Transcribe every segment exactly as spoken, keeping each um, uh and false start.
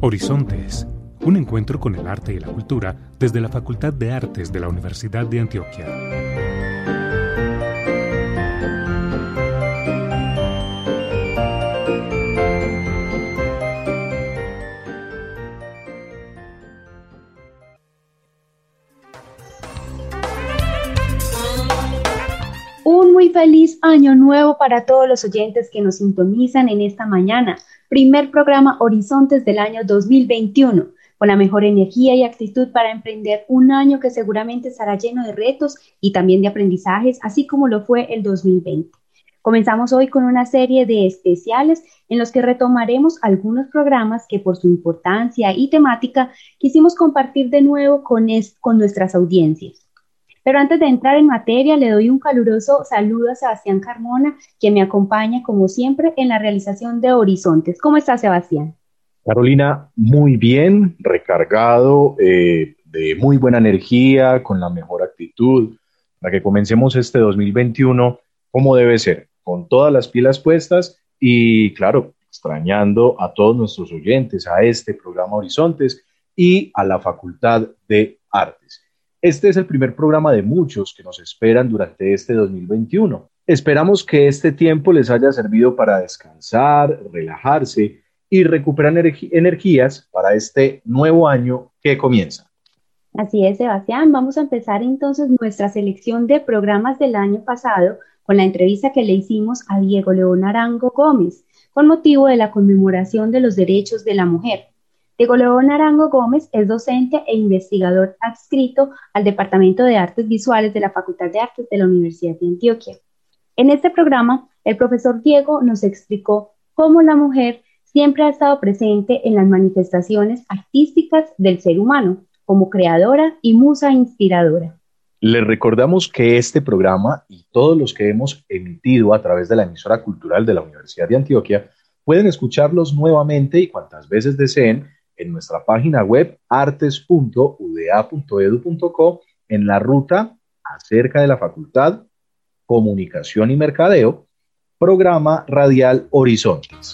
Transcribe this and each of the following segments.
Horizontes, un encuentro con el arte y la cultura desde la Facultad de Artes de la Universidad de Antioquia. Un muy feliz año nuevo para todos los oyentes que nos sintonizan en esta mañana. Primer programa Horizontes del año dos mil veintiuno, con la mejor energía y actitud para emprender un año que seguramente estará lleno de retos y también de aprendizajes, así como lo fue el dos mil veinte. Comenzamos hoy con una serie de especiales en los que retomaremos algunos programas que por su importancia y temática quisimos compartir de nuevo con, es, con nuestras audiencias. Pero antes de entrar en materia, le doy un caluroso saludo a Sebastián Carmona, quien me acompaña, como siempre, en la realización de Horizontes. ¿Cómo está, Sebastián? Carolina, muy bien, recargado, eh, de muy buena energía, con la mejor actitud, para que comencemos este dos mil veintiuno como debe ser, con todas las pilas puestas y, claro, extrañando a todos nuestros oyentes, a este programa Horizontes y a la Facultad de Artes. Este es el primer programa de muchos que nos esperan durante este dos mil veintiuno. Esperamos que este tiempo les haya servido para descansar, relajarse y recuperar energ- energías para este nuevo año que comienza. Así es, Sebastián. Vamos a empezar entonces nuestra selección de programas del año pasado con la entrevista que le hicimos a Diego León Arango Gómez con motivo de la conmemoración de los derechos de la mujer. Diego León Arango Gómez es docente e investigador adscrito al Departamento de Artes Visuales de la Facultad de Artes de la Universidad de Antioquia. En este programa, el profesor Diego nos explicó cómo la mujer siempre ha estado presente en las manifestaciones artísticas del ser humano, como creadora y musa inspiradora. Les recordamos que este programa y todos los que hemos emitido a través de la emisora cultural de la Universidad de Antioquia pueden escucharlos nuevamente y cuantas veces deseen en nuestra página web artes punto u d a punto e d u punto co en la ruta acerca de la Facultad, Comunicación y Mercadeo, programa radial Horizontes.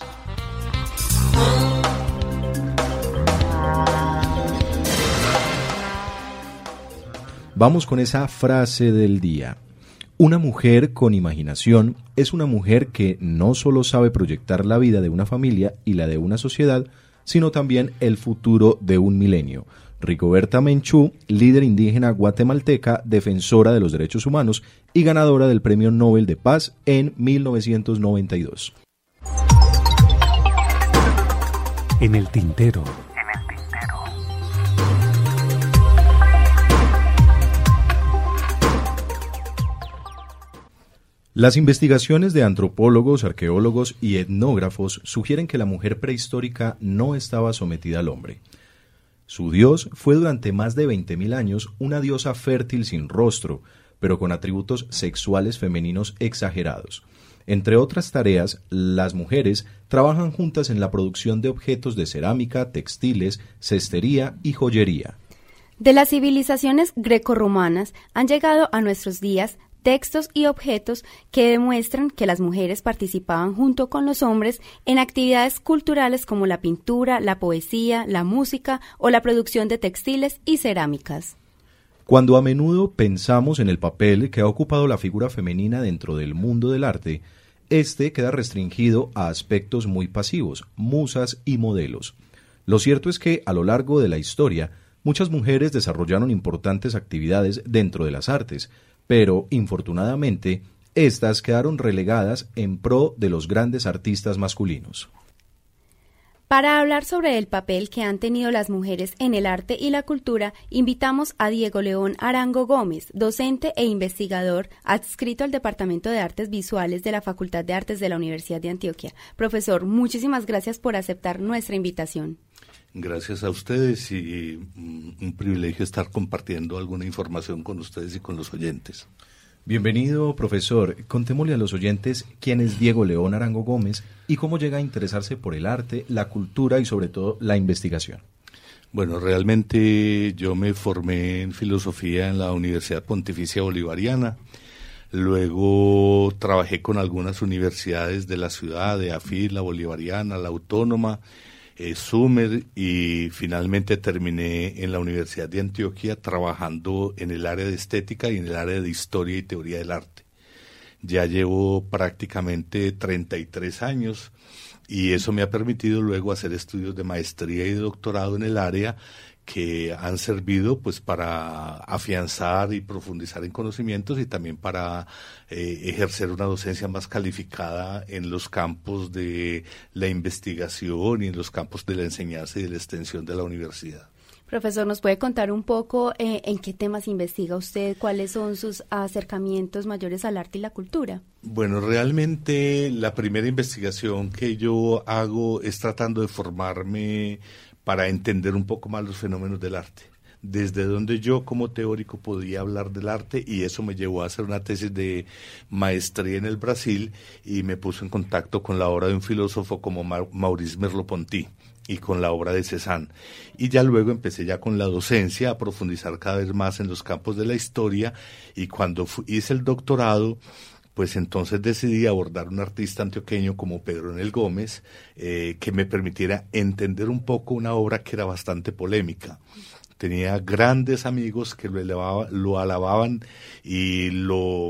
Vamos con esa frase del día. Una mujer con imaginación es una mujer que no solo sabe proyectar la vida de una familia y la de una sociedad, sino también el futuro de un milenio. Rigoberta Menchú, líder indígena guatemalteca, defensora de los derechos humanos y ganadora del Premio Nobel de Paz en mil novecientos noventa y dos. En el tintero. Las investigaciones de antropólogos, arqueólogos y etnógrafos sugieren que la mujer prehistórica no estaba sometida al hombre. Su dios fue durante más de veinte mil años una diosa fértil sin rostro, pero con atributos sexuales femeninos exagerados. Entre otras tareas, las mujeres trabajan juntas en la producción de objetos de cerámica, textiles, cestería y joyería. De las civilizaciones grecorromanas han llegado a nuestros días textos y objetos que demuestran que las mujeres participaban junto con los hombres en actividades culturales como la pintura, la poesía, la música o la producción de textiles y cerámicas. Cuando a menudo pensamos en el papel que ha ocupado la figura femenina dentro del mundo del arte, este queda restringido a aspectos muy pasivos, musas y modelos. Lo cierto es que, a lo largo de la historia, muchas mujeres desarrollaron importantes actividades dentro de las artes, pero, infortunadamente, estas quedaron relegadas en pro de los grandes artistas masculinos. Para hablar sobre el papel que han tenido las mujeres en el arte y la cultura, invitamos a Diego León Arango Gómez, docente e investigador adscrito al Departamento de Artes Visuales de la Facultad de Artes de la Universidad de Antioquia. Profesor, muchísimas gracias por aceptar nuestra invitación. Gracias a ustedes y un privilegio estar compartiendo alguna información con ustedes y con los oyentes. Bienvenido, profesor. Contémosle a los oyentes quién es Diego León Arango Gómez y cómo llega a interesarse por el arte, la cultura y sobre todo la investigación. Bueno, realmente yo me formé en filosofía en la Universidad Pontificia Bolivariana. Luego trabajé con algunas universidades de la ciudad, de AFIT, la Bolivariana, la Autónoma. eh, Summer, y finalmente terminé en la Universidad de Antioquia trabajando en el área de estética y en el área de historia y teoría del arte. Ya llevo prácticamente treinta y tres años y eso me ha permitido luego hacer estudios de maestría y de doctorado en el área que han servido pues para afianzar y profundizar en conocimientos y también para eh, ejercer una docencia más calificada en los campos de la investigación y en los campos de la enseñanza y de la extensión de la universidad. Profesor, ¿nos puede contar un poco eh, en qué temas investiga usted? ¿Cuáles son sus acercamientos mayores al arte y la cultura? Bueno, realmente la primera investigación que yo hago es tratando de formarme para entender un poco más los fenómenos del arte, desde donde yo como teórico podía hablar del arte, y eso me llevó a hacer una tesis de maestría en el Brasil y me puso en contacto con la obra de un filósofo como Maurice Merleau-Ponty y con la obra de Cézanne, y ya luego empecé ya con la docencia a profundizar cada vez más en los campos de la historia, y cuando hice el doctorado pues entonces decidí abordar un artista antioqueño como Pedro Enel Gómez, eh, que me permitiera entender un poco una obra que era bastante polémica. Tenía grandes amigos que lo, elevaba, lo alababan y lo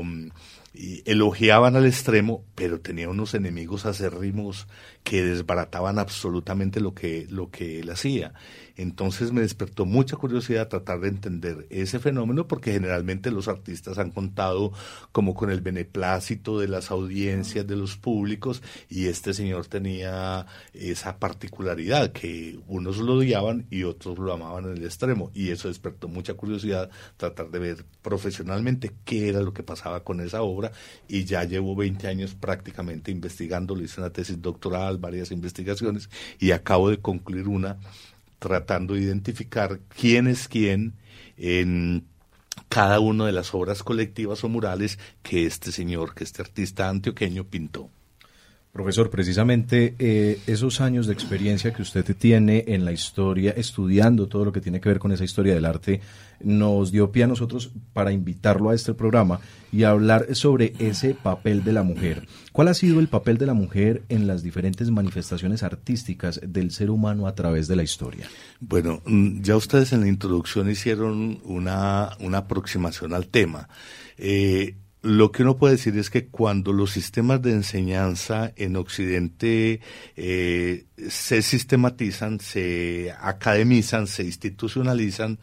y elogiaban al extremo, pero tenía unos enemigos acérrimos que desbarataban absolutamente lo que, lo que él hacía. Entonces me despertó mucha curiosidad tratar de entender ese fenómeno, porque generalmente los artistas han contado como con el beneplácito de las audiencias, de los públicos, y este señor tenía esa particularidad, que unos lo odiaban y otros lo amaban en el extremo, y eso despertó mucha curiosidad, tratar de ver profesionalmente qué era lo que pasaba con esa obra, y ya llevo veinte años prácticamente investigando, le hice una tesis doctoral, varias investigaciones, y acabo de concluir una tratando de identificar quién es quién en cada una de las obras colectivas o murales que este señor, que este artista antioqueño pintó. Profesor, precisamente eh, esos años de experiencia que usted tiene en la historia, estudiando todo lo que tiene que ver con esa historia del arte, nos dio pie a nosotros para invitarlo a este programa y hablar sobre ese papel de la mujer. ¿Cuál ha sido el papel de la mujer en las diferentes manifestaciones artísticas del ser humano a través de la historia? Bueno, ya ustedes en la introducción hicieron una, una aproximación al tema. Eh, Lo que uno puede decir es que cuando los sistemas de enseñanza en Occidente eh, se sistematizan, se academizan, se institucionalizan,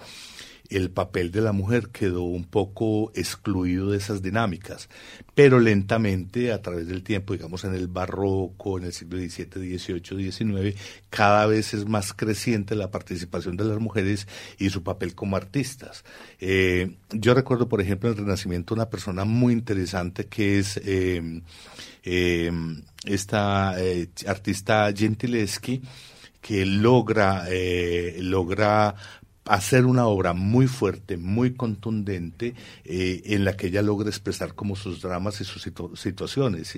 el papel de la mujer quedó un poco excluido de esas dinámicas, pero lentamente a través del tiempo, digamos en el barroco, en el siglo diecisiete, dieciocho, diecinueve, cada vez es más creciente la participación de las mujeres y su papel como artistas. Eh, yo recuerdo, por ejemplo, en el Renacimiento una persona muy interesante que es eh, eh, esta eh, artista Gentileschi, que logra, eh, logra hacer una obra muy fuerte, muy contundente, eh, en la que ella logra expresar como sus dramas y sus situ- situaciones.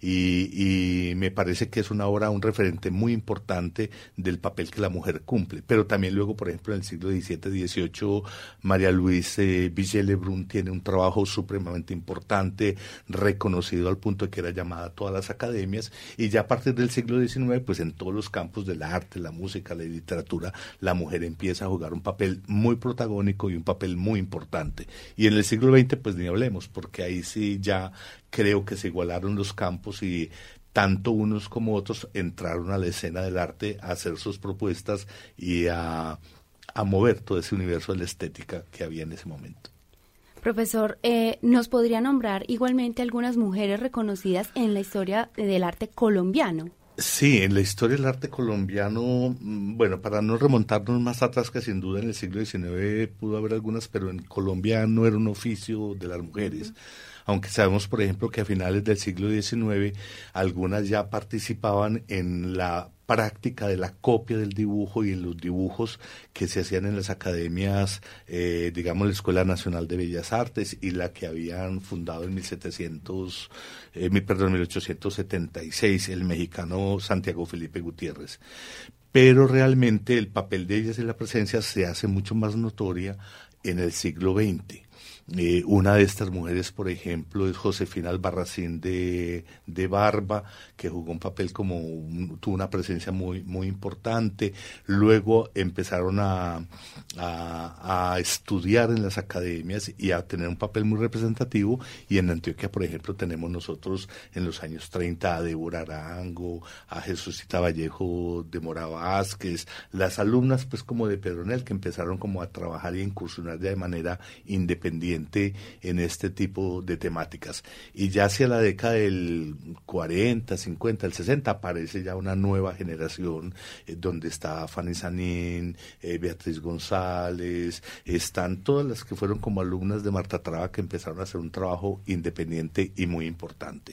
Y, y me parece que es una obra, un referente muy importante del papel que la mujer cumple. Pero también luego, por ejemplo, en el siglo diecisiete, dieciocho, María Luisa eh, Vigée-Lebrun tiene un trabajo supremamente importante, reconocido al punto de que era llamada a todas las academias. Y ya a partir del siglo diecinueve, pues en todos los campos del arte, la música, la literatura, la mujer empieza a jugar un papel muy protagónico y un papel muy importante. Y en el siglo veinte pues ni hablemos, porque ahí sí ya creo que se igualaron los campos y tanto unos como otros entraron a la escena del arte a hacer sus propuestas y a, a mover todo ese universo de la estética que había en ese momento. Profesor, eh, ¿nos podría nombrar igualmente algunas mujeres reconocidas en la historia del arte colombiano? Sí, en la historia del arte colombiano, bueno, para no remontarnos más atrás, que sin duda en el siglo diecinueve pudo haber algunas, pero en Colombia no era un oficio de las mujeres. Uh-huh. Aunque sabemos, por ejemplo, que a finales del siglo diecinueve algunas ya participaban en la práctica de la copia del dibujo y en los dibujos que se hacían en las academias, eh, digamos la Escuela Nacional de Bellas Artes y la que habían fundado en mil setecientos, eh, perdón, mil ochocientos setenta y seis el mexicano Santiago Felipe Gutiérrez. Pero realmente el papel de ellas y la presencia se hace mucho más notoria en el siglo veinte. Eh, una de estas mujeres, por ejemplo, es Josefina Albarracín de, de Barba, que jugó un papel como, un, tuvo una presencia muy, muy importante. Luego empezaron a, a, a estudiar en las academias y a tener un papel muy representativo, y en Antioquia, por ejemplo, tenemos nosotros en los años treinta a Débora Arango, a Jesucita Vallejo de Mora Vázquez, las alumnas pues como de Pedronel, que empezaron como a trabajar y a incursionar ya de manera independiente en este tipo de temáticas. Y ya hacia la década del cuarenta, cincuenta, el sesenta aparece ya una nueva generación eh, donde está Fanny Sanín, eh, Beatriz González, están todas las que fueron como alumnas de Marta Traba, que empezaron a hacer un trabajo independiente y muy importante.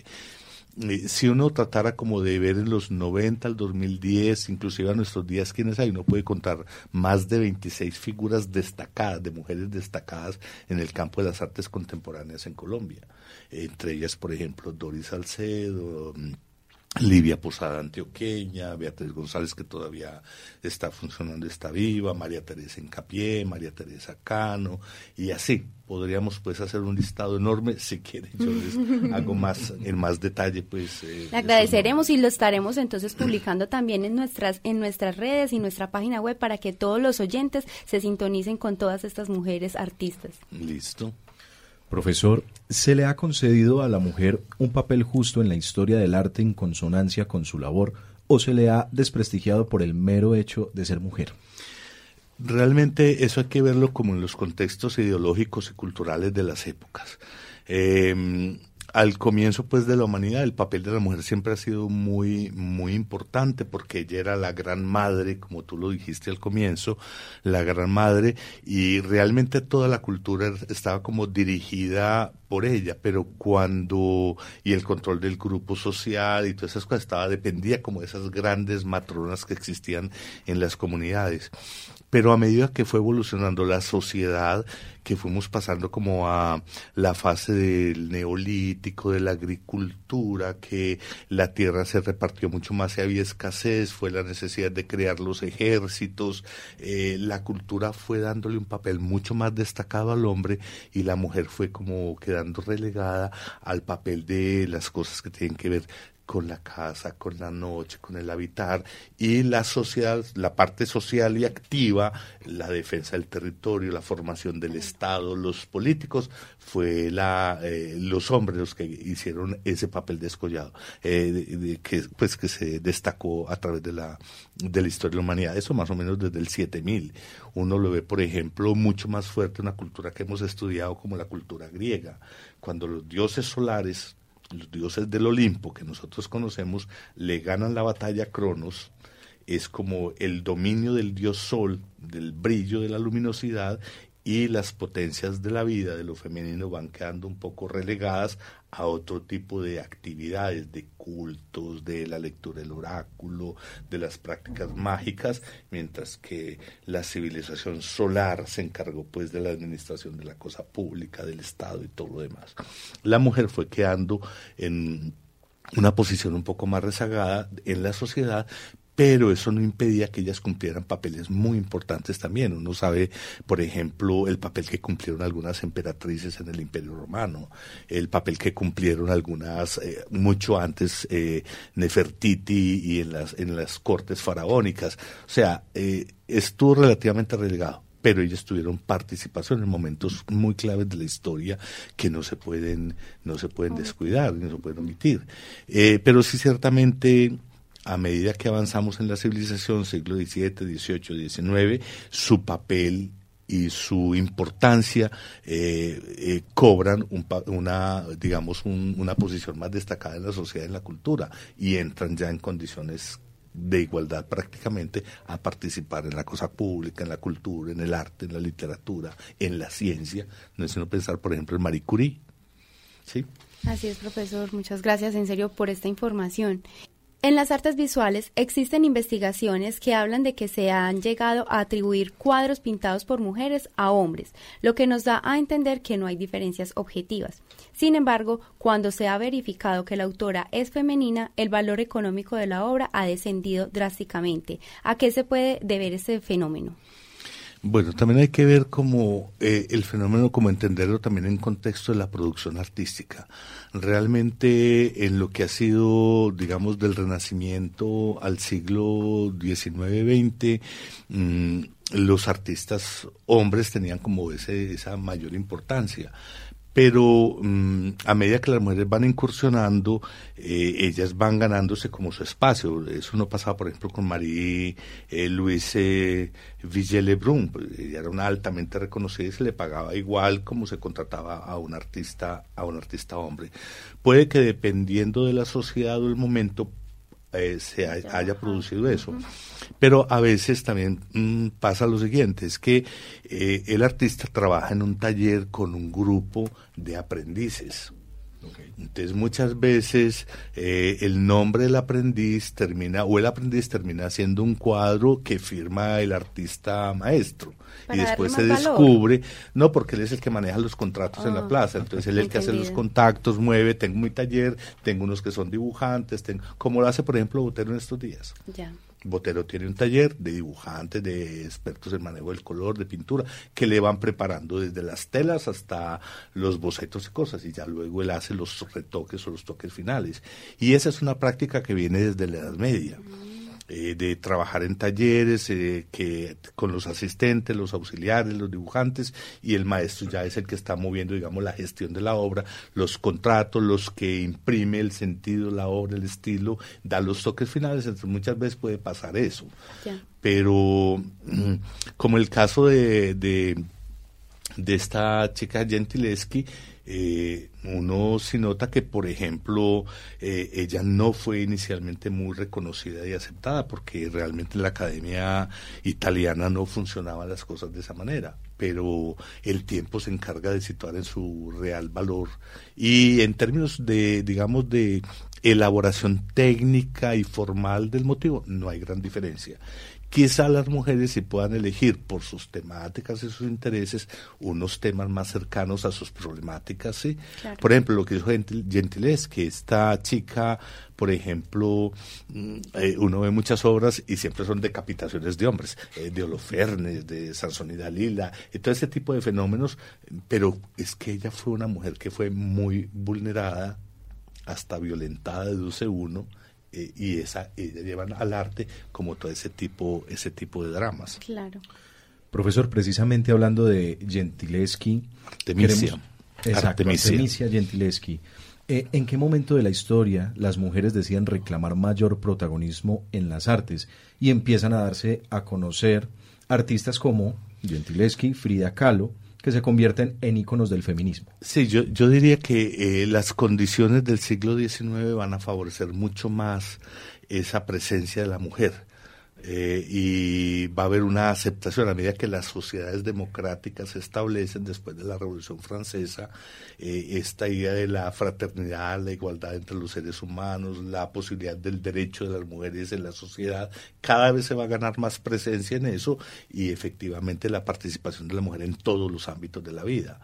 Si uno tratara como de ver en los noventa al dos mil diez, inclusive a nuestros días quiénes hay, uno puede contar más de veintiséis figuras destacadas, de mujeres destacadas en el campo de las artes contemporáneas en Colombia. Entre ellas, por ejemplo, Doris Salcedo, Livia Posada antioqueña, Beatriz González, que todavía está funcionando, está viva, María Teresa Encapié, María Teresa Cano, y así podríamos pues hacer un listado enorme. Si quieren yo les hago más en más detalle, pues eh, le agradeceremos y lo estaremos entonces publicando también en nuestras en nuestras redes y nuestra página web para que todos los oyentes se sintonicen con todas estas mujeres artistas. Listo. Profesor, ¿se le ha concedido a la mujer un papel justo en la historia del arte en consonancia con su labor, o se le ha desprestigiado por el mero hecho de ser mujer? Realmente eso hay que verlo como en los contextos ideológicos y culturales de las épocas. Eh, al comienzo pues de la humanidad el papel de la mujer siempre ha sido muy muy importante, porque ella era la gran madre, como tú lo dijiste al comienzo, la gran madre, y realmente toda la cultura estaba como dirigida por ella, pero cuando, y el control del grupo social y todas esas cosas, estaba, dependía como de esas grandes matronas que existían en las comunidades. Pero a medida que fue evolucionando la sociedad, que fuimos pasando como a la fase del neolítico, de la agricultura, que la tierra se repartió mucho más y había escasez, fue la necesidad de crear los ejércitos, eh, la cultura fue dándole un papel mucho más destacado al hombre, y la mujer fue como quedando relegada al papel de las cosas que tienen que ver con la casa, con la noche, con el habitar, y la social, la parte social y activa, la defensa del territorio, la formación del Estado, los políticos, fue la eh, los hombres los que hicieron ese papel descollado, eh, de, de, que pues que se destacó a través de la de la historia de la humanidad. Eso más o menos desde el siete mil. Uno lo ve, por ejemplo, mucho más fuerte en una cultura que hemos estudiado como la cultura griega, cuando los dioses solares, los dioses del Olimpo que nosotros conocemos, le ganan la batalla a Cronos. Es como el dominio del dios Sol, del brillo, de la luminosidad, y las potencias de la vida, de lo femenino, van quedando un poco relegadas a otro tipo de actividades, de cultos, de la lectura del oráculo, de las prácticas mágicas, mientras que la civilización solar se encargó pues de la administración de la cosa pública, del Estado y todo lo demás. La mujer fue quedando en una posición un poco más rezagada en la sociedad, pero eso no impedía que ellas cumplieran papeles muy importantes también. Uno sabe, por ejemplo, el papel que cumplieron algunas emperatrices en el Imperio Romano, el papel que cumplieron algunas, eh, mucho antes, eh, Nefertiti y en las, en las cortes faraónicas. O sea, eh, estuvo relativamente relegado, pero ellos tuvieron participación en momentos muy claves de la historia que no se pueden, no se pueden descuidar, no se pueden omitir. Eh, pero sí, ciertamente, a medida que avanzamos en la civilización, siglo diecisiete, dieciocho, diecinueve, su papel y su importancia eh, eh, cobran un, una, digamos, un, una posición más destacada en la sociedad y en la cultura, y entran ya en condiciones de igualdad prácticamente a participar en la cosa pública, en la cultura, en el arte, en la literatura, en la ciencia. No es sino pensar, por ejemplo, en Marie Curie. ¿Sí? Así es, profesor. Muchas gracias, en serio, por esta información. En las artes visuales existen investigaciones que hablan de que se han llegado a atribuir cuadros pintados por mujeres a hombres, lo que nos da a entender que no hay diferencias objetivas. Sin embargo, cuando se ha verificado que la autora es femenina, el valor económico de la obra ha descendido drásticamente. ¿A qué se puede deber ese fenómeno? Bueno, también hay que ver como eh, el fenómeno, como entenderlo también en contexto de la producción artística. Realmente en lo que ha sido, digamos, del Renacimiento al siglo diecinueve veinte, mmm, los artistas hombres tenían como ese, esa mayor importancia. Pero mmm, a medida que las mujeres van incursionando, eh, ellas van ganándose como su espacio. Eso no pasaba, por ejemplo, con Marie eh, Louise Vigée-Lebrun. Ella era una altamente reconocida y se le pagaba igual como se contrataba a un artista, a un artista hombre. Puede que dependiendo de la sociedad o el momento eh, se ha, haya producido eso. Pero a veces también mmm, pasa lo siguiente, es que eh, el artista trabaja en un taller con un grupo de aprendices. Okay. Entonces muchas veces eh, el nombre del aprendiz termina, o el aprendiz termina haciendo un cuadro que firma el artista maestro. Para y después se descubre, valor. No, porque él es el que maneja los contratos oh, en la plaza, entonces él es el que hace los contactos, mueve, tengo mi taller, tengo unos que son dibujantes, tengo, como lo hace por ejemplo Botero en estos días. Ya. Botero tiene un taller de dibujantes, de expertos en manejo del color, de pintura, que le van preparando desde las telas hasta los bocetos y cosas, y ya luego él hace los retoques o los toques finales. Y esa es una práctica que viene desde la Edad Media. Eh, de trabajar en talleres eh, que con los asistentes, los auxiliares, los dibujantes, y el maestro ya es el que está moviendo, digamos, la gestión de la obra, los contratos, los que imprime el sentido, la obra, el estilo, da los toques finales. Entonces muchas veces puede pasar eso. Yeah. Pero como el caso de, de, de esta chica Gentileschi, Eh, uno sí nota que, por ejemplo, eh, ella no fue inicialmente muy reconocida y aceptada porque realmente en la academia italiana no funcionaban las cosas de esa manera, pero el tiempo se encarga de situar en su real valor, y en términos de, digamos, de elaboración técnica y formal del motivo, no hay gran diferencia. Quizá las mujeres sí puedan elegir por sus temáticas y sus intereses unos temas más cercanos a sus problemáticas, ¿sí? Claro. Por ejemplo, lo que hizo Gentileschi, esta chica, por ejemplo, eh, uno ve muchas obras y siempre son decapitaciones de hombres, eh, de Holofernes, de Sansón y Dalila, y todo ese tipo de fenómenos, pero es que ella fue una mujer que fue muy vulnerada, hasta violentada, deduce uno, Eh, y esa ella llevan al arte como todo ese tipo ese tipo de dramas. Claro. Profesor, precisamente hablando de Gentileschi, Artemisia, queremos, exacto, Artemisia. Artemisia Gentileschi, eh, ¿en qué momento de la historia las mujeres deciden reclamar mayor protagonismo en las artes y empiezan a darse a conocer artistas como Gentileschi, Frida Kahlo, que se convierten en íconos del feminismo? Sí, yo, yo diría que eh, las condiciones del siglo diecinueve van a favorecer mucho más esa presencia de la mujer. Eh, y va a haber una aceptación a medida que las sociedades democráticas se establecen después de la Revolución Francesa, eh, esta idea de la fraternidad, la igualdad entre los seres humanos, la posibilidad del derecho de las mujeres en la sociedad, cada vez se va a ganar más presencia en eso, y efectivamente la participación de la mujer en todos los ámbitos de la vida,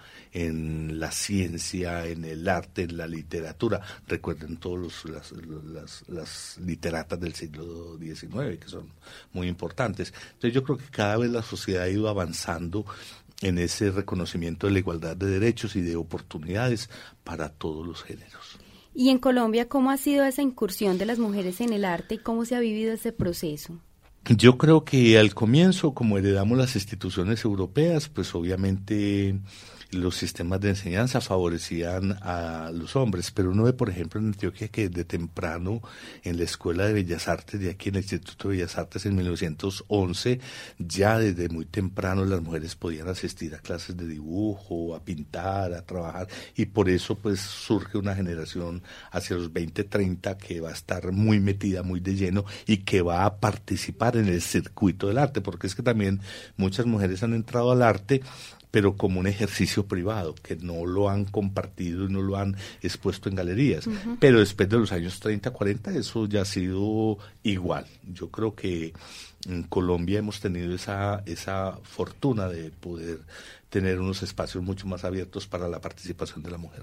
en la ciencia, en el arte, en la literatura. Recuerden todos los, las, las, las literatas del siglo diecinueve, que son muy importantes. Entonces yo creo que cada vez la sociedad ha ido avanzando en ese reconocimiento de la igualdad de derechos y de oportunidades para todos los géneros. Y en Colombia, ¿cómo ha sido esa incursión de las mujeres en el arte y cómo se ha vivido ese proceso? Yo creo que al comienzo, como heredamos las instituciones europeas, pues obviamente los sistemas de enseñanza favorecían a los hombres, pero uno ve, por ejemplo, en Antioquia que desde temprano en la Escuela de Bellas Artes de aquí, en el Instituto de Bellas Artes en mil novecientos once, ya desde muy temprano las mujeres podían asistir a clases de dibujo, a pintar, a trabajar, y por eso pues surge una generación hacia los veinte, treinta que va a estar muy metida, muy de lleno, y que va a participar en el circuito del arte, porque es que también muchas mujeres han entrado al arte pero como un ejercicio privado, que no lo han compartido y no lo han expuesto en galerías. Uh-huh. Pero después de los años treinta, cuarenta, eso ya ha sido igual. Yo creo que en Colombia hemos tenido esa, esa fortuna de poder tener unos espacios mucho más abiertos para la participación de la mujer.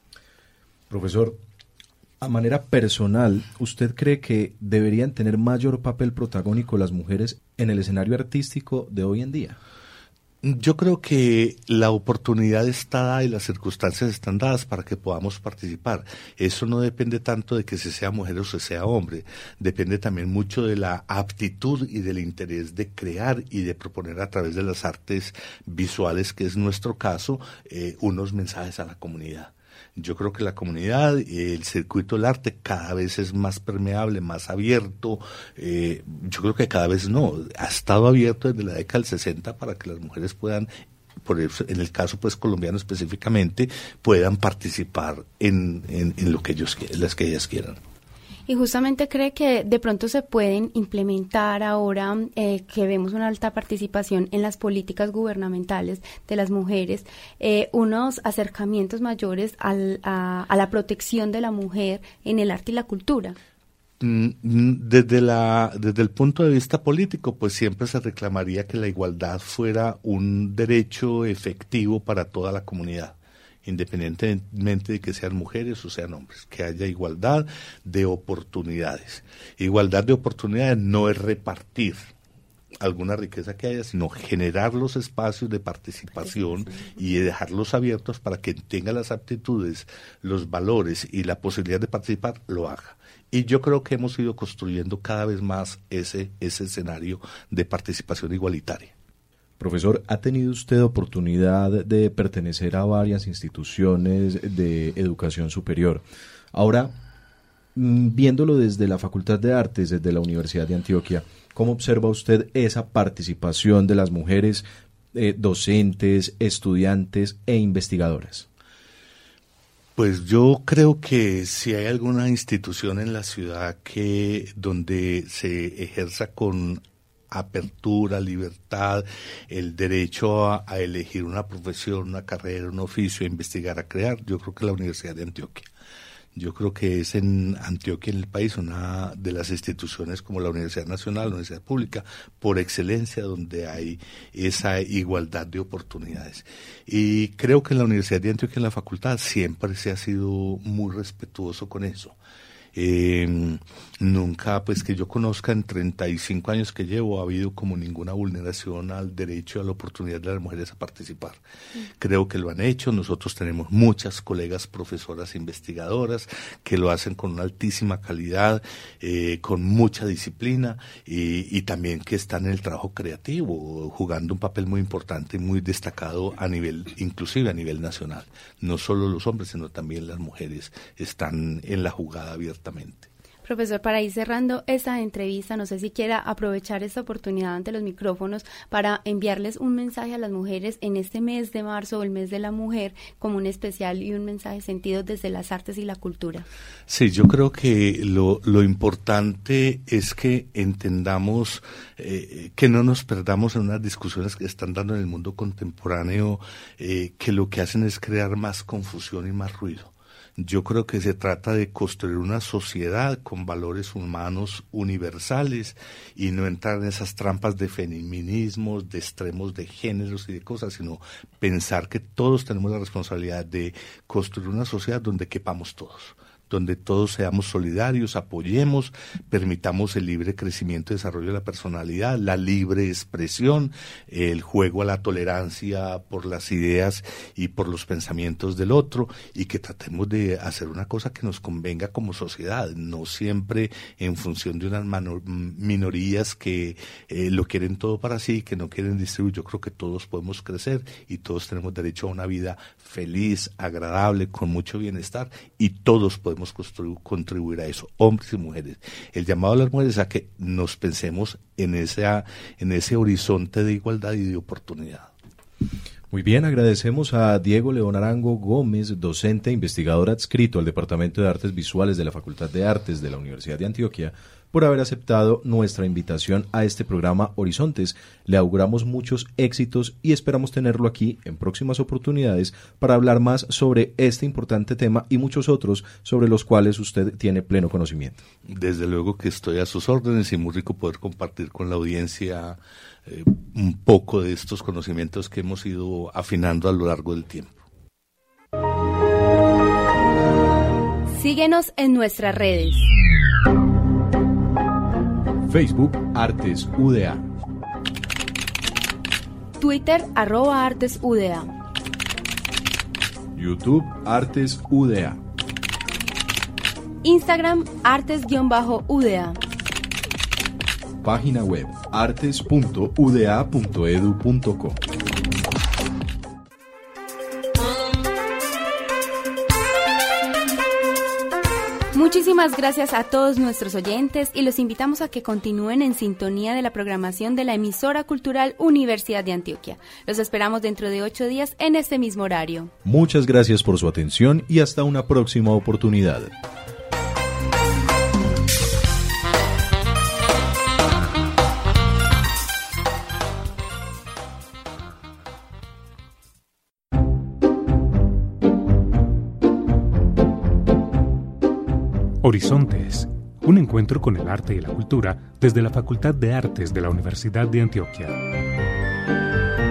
Profesor, a manera personal, ¿usted cree que deberían tener mayor papel protagónico las mujeres en el escenario artístico de hoy en día? Yo creo que la oportunidad está dada y las circunstancias están dadas para que podamos participar. Eso no depende tanto de que se sea mujer o se sea hombre, depende también mucho de la aptitud y del interés de crear y de proponer a través de las artes visuales, que es nuestro caso, eh, unos mensajes a la comunidad. Yo creo que la comunidad, el circuito del arte cada vez es más permeable, más abierto. Eh, yo creo que cada vez no, ha estado abierto desde la década del sesenta para que las mujeres puedan, por eso, en el caso pues colombiano específicamente, puedan participar en, en, en lo que ellos las que ellas quieran. Y justamente cree que de pronto se pueden implementar ahora eh, que vemos una alta participación en las políticas gubernamentales de las mujeres, eh, unos acercamientos mayores al, a, a la protección de la mujer en el arte y la cultura. Desde la, desde el punto de vista político, pues siempre se reclamaría que la igualdad fuera un derecho efectivo para toda la comunidad, independientemente de que sean mujeres o sean hombres, que haya igualdad de oportunidades. Igualdad de oportunidades no es repartir alguna riqueza que haya, sino generar los espacios de participación y dejarlos abiertos para que tenga las aptitudes, los valores y la posibilidad de participar, lo haga. Y yo creo que hemos ido construyendo cada vez más ese, ese escenario de participación igualitaria. Profesor, ¿ha tenido usted oportunidad de pertenecer a varias instituciones de educación superior? Ahora, viéndolo desde la Facultad de Artes, desde la Universidad de Antioquia, ¿cómo observa usted esa participación de las mujeres eh, docentes, estudiantes e investigadoras? Pues yo creo que si hay alguna institución en la ciudad que donde se ejerza con apertura, libertad, el derecho a, a elegir una profesión, una carrera, un oficio, a investigar, a crear, yo creo que la Universidad de Antioquia. Yo creo que es en Antioquia, en el país, una de las instituciones como la Universidad Nacional, la Universidad Pública, por excelencia, donde hay esa igualdad de oportunidades. Y creo que en la Universidad de Antioquia, en la facultad, siempre se ha sido muy respetuoso con eso. Eh, nunca, pues que yo conozca, en treinta y cinco años que llevo, ha habido como ninguna vulneración al derecho, a la oportunidad de las mujeres a participar. Sí. Creo que lo han hecho. Nosotros tenemos muchas colegas profesoras investigadoras que lo hacen con una altísima calidad, eh, con mucha disciplina y, y también que están en el trabajo creativo, jugando un papel muy importante y muy destacado a nivel, inclusive a nivel nacional. No solo los hombres, sino también las mujeres están en la jugada abierta. Profesor, para ir cerrando esta entrevista, no sé si quiera aprovechar esta oportunidad ante los micrófonos para enviarles un mensaje a las mujeres en este mes de marzo, el mes de la mujer, como un especial y un mensaje sentido desde las artes y la cultura. Sí, yo creo que lo, lo importante es que entendamos, eh, que no nos perdamos en unas discusiones que están dando en el mundo contemporáneo, eh, que lo que hacen es crear más confusión y más ruido. Yo creo que se trata de construir una sociedad con valores humanos universales y no entrar en esas trampas de feminismos, de extremos de géneros y de cosas, sino pensar que todos tenemos la responsabilidad de construir una sociedad donde quepamos todos, donde todos seamos solidarios, apoyemos, permitamos el libre crecimiento y desarrollo de la personalidad, la libre expresión, el juego a la tolerancia por las ideas y por los pensamientos del otro, y que tratemos de hacer una cosa que nos convenga como sociedad, no siempre en función de unas mano, minorías que eh, lo quieren todo para sí, que no quieren distribuir. Yo creo que todos podemos crecer y todos tenemos derecho a una vida feliz, agradable, con mucho bienestar, y todos podemos contribuir a eso, hombres y mujeres. El llamado a las mujeres a que nos pensemos en ese, en ese horizonte de igualdad y de oportunidad. Muy bien, agradecemos a Diego León Arango Gómez, docente e investigador adscrito al Departamento de Artes Visuales de la Facultad de Artes de la Universidad de Antioquia, por haber aceptado nuestra invitación a este programa Horizontes. Le auguramos muchos éxitos y esperamos tenerlo aquí en próximas oportunidades para hablar más sobre este importante tema y muchos otros sobre los cuales usted tiene pleno conocimiento. Desde luego que estoy a sus órdenes y muy rico poder compartir con la audiencia eh, un poco de estos conocimientos que hemos ido afinando a lo largo del tiempo. Síguenos en nuestras redes. Facebook Artes U D A. Twitter, arroba Artes U D A. YouTube, Artes U D A. Instagram, artes-U D A. Página web, artes punto u d a punto e d u punto co. Muchísimas gracias a todos nuestros oyentes y los invitamos a que continúen en sintonía de la programación de la emisora cultural Universidad de Antioquia. Los esperamos dentro de ocho días en este mismo horario. Muchas gracias por su atención y hasta una próxima oportunidad. Horizontes, un encuentro con el arte y la cultura desde la Facultad de Artes de la Universidad de Antioquia.